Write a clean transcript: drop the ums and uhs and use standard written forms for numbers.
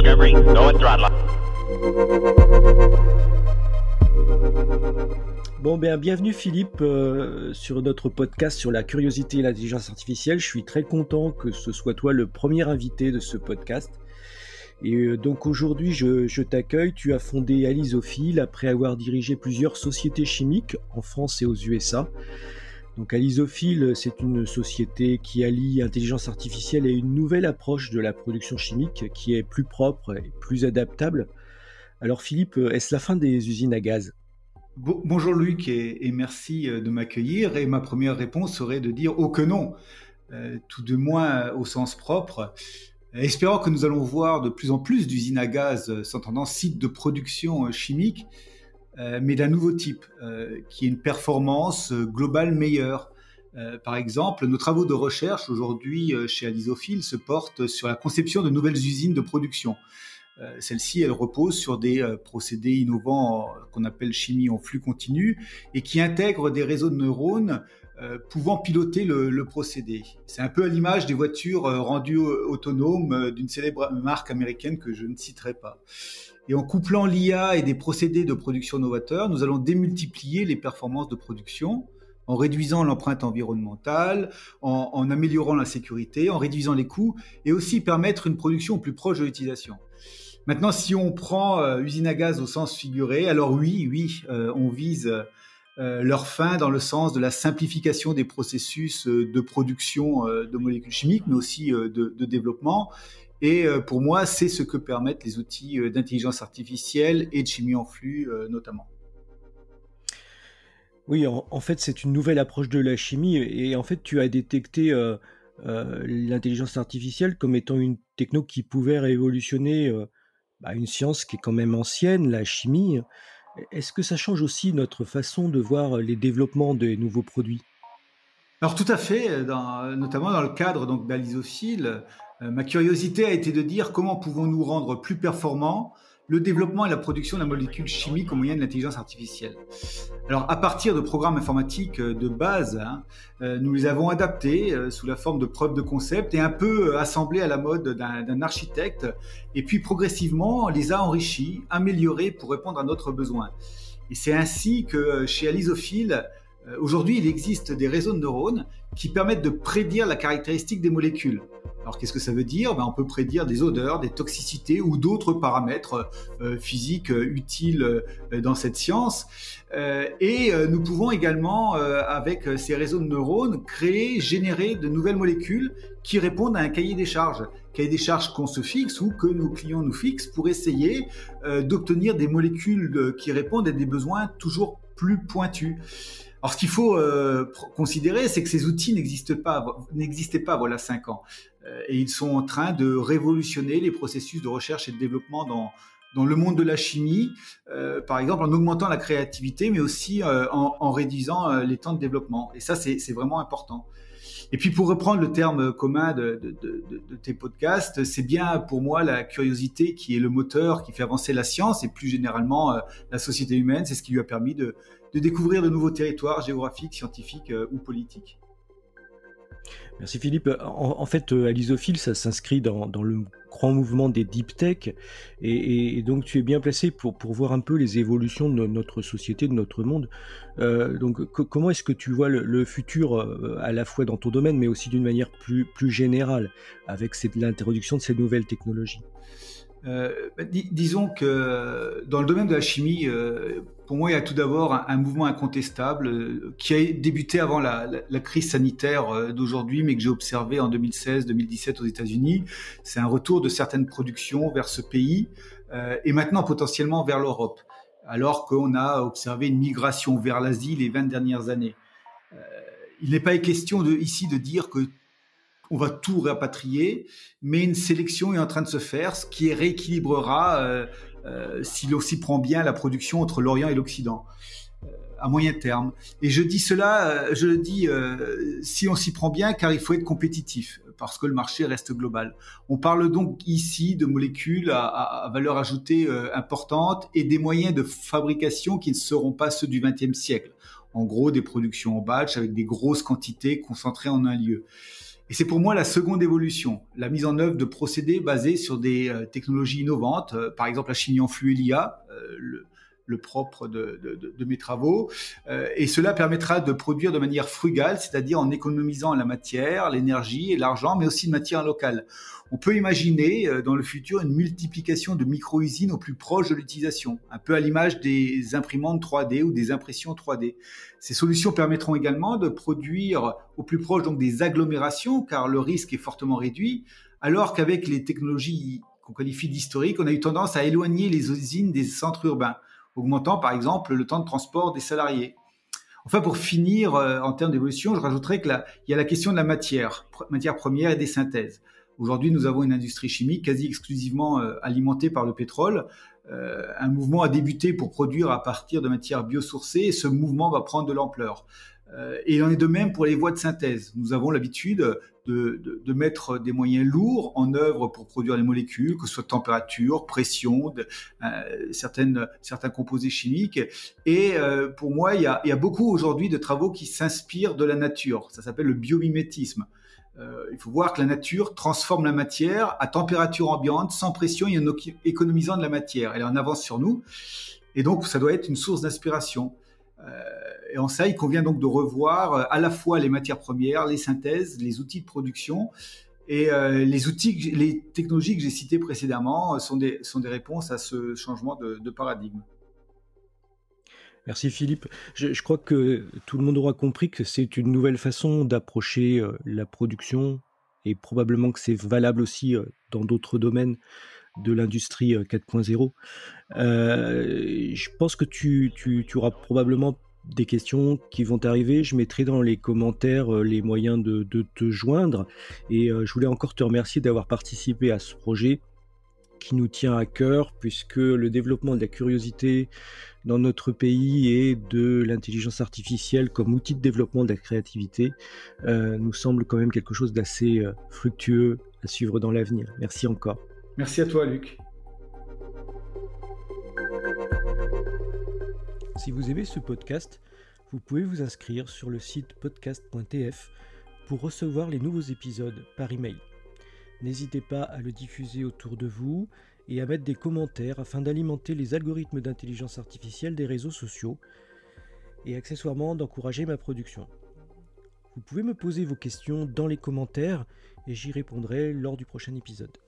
discovery, go and throttle. Bon, bienvenue Philippe sur notre podcast sur la curiosité et l'intelligence artificielle. Je suis très content que ce soit toi le premier invité de ce podcast. Et donc aujourd'hui, je t'accueille. Tu as fondé Alisophile après avoir dirigé plusieurs sociétés chimiques en France et aux USA. Donc Alisophile, c'est une société qui allie intelligence artificielle et une nouvelle approche de la production chimique qui est plus propre et plus adaptable. Alors Philippe, est-ce la fin des usines à gaz ? Bonjour Luc et merci de m'accueillir. Et ma première réponse serait de dire oh que non, tout de moins au sens propre. Espérons que nous allons voir de plus en plus d'usines à gaz, s'entendant sites de production chimique, mais d'un nouveau type, qui ait une performance globale meilleure. Par exemple, nos travaux de recherche aujourd'hui chez Alisophile se portent sur la conception de nouvelles usines de production. Celle-ci, elle repose sur des procédés innovants qu'on appelle chimie en flux continu et qui intègrent des réseaux de neurones pouvant piloter le procédé. C'est un peu à l'image des voitures rendues autonomes d'une célèbre marque américaine que je ne citerai pas. Et en couplant l'IA et des procédés de production novateurs, nous allons démultiplier les performances de production en réduisant l'empreinte environnementale, en améliorant la sécurité, en réduisant les coûts et aussi permettre une production plus proche de l'utilisation. Maintenant, si on prend usine à gaz au sens figuré, alors oui, on vise leur fin dans le sens de la simplification des processus de production de molécules chimiques, mais aussi de développement. Et pour moi, c'est ce que permettent les outils d'intelligence artificielle et de chimie en flux notamment. Oui, en fait, c'est une nouvelle approche de la chimie et en fait, tu as détecté l'intelligence artificielle comme étant une techno qui pouvait révolutionner une science qui est quand même ancienne, la chimie. Est-ce que ça change aussi notre façon de voir les développements des nouveaux produits ? Alors tout à fait, notamment dans le cadre donc d'Alisophile, ma curiosité a été de dire comment pouvons-nous rendre plus performants le développement et la production de la molécule chimique au moyen de l'intelligence artificielle. Alors à partir de programmes informatiques de base, nous les avons adaptés sous la forme de preuves de concept et un peu assemblés à la mode d'un architecte, et puis progressivement les a enrichis, améliorés pour répondre à notre besoin. Et c'est ainsi que chez Alisophile, aujourd'hui, il existe des réseaux de neurones qui permettent de prédire la caractéristique des molécules. Alors, qu'est-ce que ça veut dire ? On peut prédire des odeurs, des toxicités ou d'autres paramètres physiques utiles dans cette science. Et nous pouvons également, avec ces réseaux de neurones, générer de nouvelles molécules qui répondent à un cahier des charges qu'on se fixe ou que nos clients nous fixent pour essayer d'obtenir des molécules qui répondent à des besoins toujours plus pointus. Alors, ce qu'il faut considérer, c'est que ces outils n'existaient pas voilà 5 ans. Et ils sont en train de révolutionner les processus de recherche et de développement dans le monde de la chimie, par exemple en augmentant la créativité, mais aussi en réduisant les temps de développement. Et ça, c'est vraiment important. Et puis, pour reprendre le terme commun de tes podcasts, c'est bien pour moi la curiosité qui est le moteur, qui fait avancer la science et plus généralement la société humaine. C'est ce qui lui a permis de découvrir de nouveaux territoires géographiques, scientifiques ou politiques. Merci Philippe. En fait, Alisophile, ça s'inscrit dans le grand mouvement des deep tech et donc tu es bien placé pour voir un peu les évolutions de notre société, de notre monde. Donc comment est-ce que tu vois le futur à la fois dans ton domaine mais aussi d'une manière plus générale avec l'introduction de ces nouvelles technologies ? Disons que dans le domaine de la chimie, pour moi, il y a tout d'abord un mouvement incontestable qui a débuté avant la crise sanitaire d'aujourd'hui, mais que j'ai observé en 2016-2017 aux États-Unis. C'est un retour de certaines productions vers ce pays et maintenant potentiellement vers l'Europe, alors qu'on a observé une migration vers l'Asie les 20 dernières années. Il n'est pas question ici de dire que on va tout rapatrier, mais une sélection est en train de se faire, ce qui rééquilibrera, si l'on s'y prend bien, la production entre l'Orient et l'Occident, à moyen terme. Et je dis cela, je le dis si on s'y prend bien, car il faut être compétitif, parce que le marché reste global. On parle donc ici de molécules à valeur ajoutée importante et des moyens de fabrication qui ne seront pas ceux du XXe siècle. En gros, des productions en batch avec des grosses quantités concentrées en un lieu. Et c'est pour moi la seconde évolution, la mise en œuvre de procédés basés sur des technologies innovantes, par exemple la chimie en flux et l'IA, le propre de mes travaux. Et cela permettra de produire de manière frugale, c'est-à-dire en économisant la matière, l'énergie et l'argent, mais aussi de matière locale. On peut imaginer dans le futur une multiplication de micro-usines au plus proche de l'utilisation, un peu à l'image des imprimantes 3D ou des impressions 3D. Ces solutions permettront également de produire au plus proche donc des agglomérations, car le risque est fortement réduit, alors qu'avec les technologies qu'on qualifie d'historiques, on a eu tendance à éloigner les usines des centres urbains, augmentant par exemple le temps de transport des salariés. Enfin, pour finir, en termes d'évolution, je rajouterais qu'il y a la question de la matière première et des synthèses. Aujourd'hui, nous avons une industrie chimique quasi exclusivement alimentée par le pétrole. Un mouvement a débuté pour produire à partir de matières biosourcées et ce mouvement va prendre de l'ampleur. Et il en est de même pour les voies de synthèse. Nous avons l'habitude de mettre des moyens lourds en œuvre pour produire les molécules, que ce soit température, pression, certains composés chimiques. Et pour moi, il y a beaucoup aujourd'hui de travaux qui s'inspirent de la nature. Ça s'appelle le biomimétisme. Il faut voir que la nature transforme la matière à température ambiante, sans pression et en économisant de la matière. Elle est en avance sur nous. Et donc, ça doit être une source d'inspiration. Et en ça, il convient donc de revoir à la fois les matières premières, les synthèses, les outils de production. Et les technologies que j'ai citées précédemment sont des réponses à ce changement de paradigme. Merci Philippe. Je crois que tout le monde aura compris que c'est une nouvelle façon d'approcher la production et probablement que c'est valable aussi dans d'autres domaines de l'industrie 4.0. Je pense que tu auras probablement des questions qui vont arriver. Je mettrai dans les commentaires les moyens de te joindre. Et je voulais encore te remercier d'avoir participé à ce projet qui nous tient à cœur, puisque le développement de la curiosité dans notre pays et de l'intelligence artificielle comme outil de développement de la créativité nous semble quand même quelque chose d'assez fructueux à suivre dans l'avenir. Merci encore. Merci à toi, Luc. Si vous aimez ce podcast, vous pouvez vous inscrire sur le site podcast.tf pour recevoir les nouveaux épisodes par email. N'hésitez pas à le diffuser autour de vous et à mettre des commentaires afin d'alimenter les algorithmes d'intelligence artificielle des réseaux sociaux et accessoirement d'encourager ma production. Vous pouvez me poser vos questions dans les commentaires et j'y répondrai lors du prochain épisode.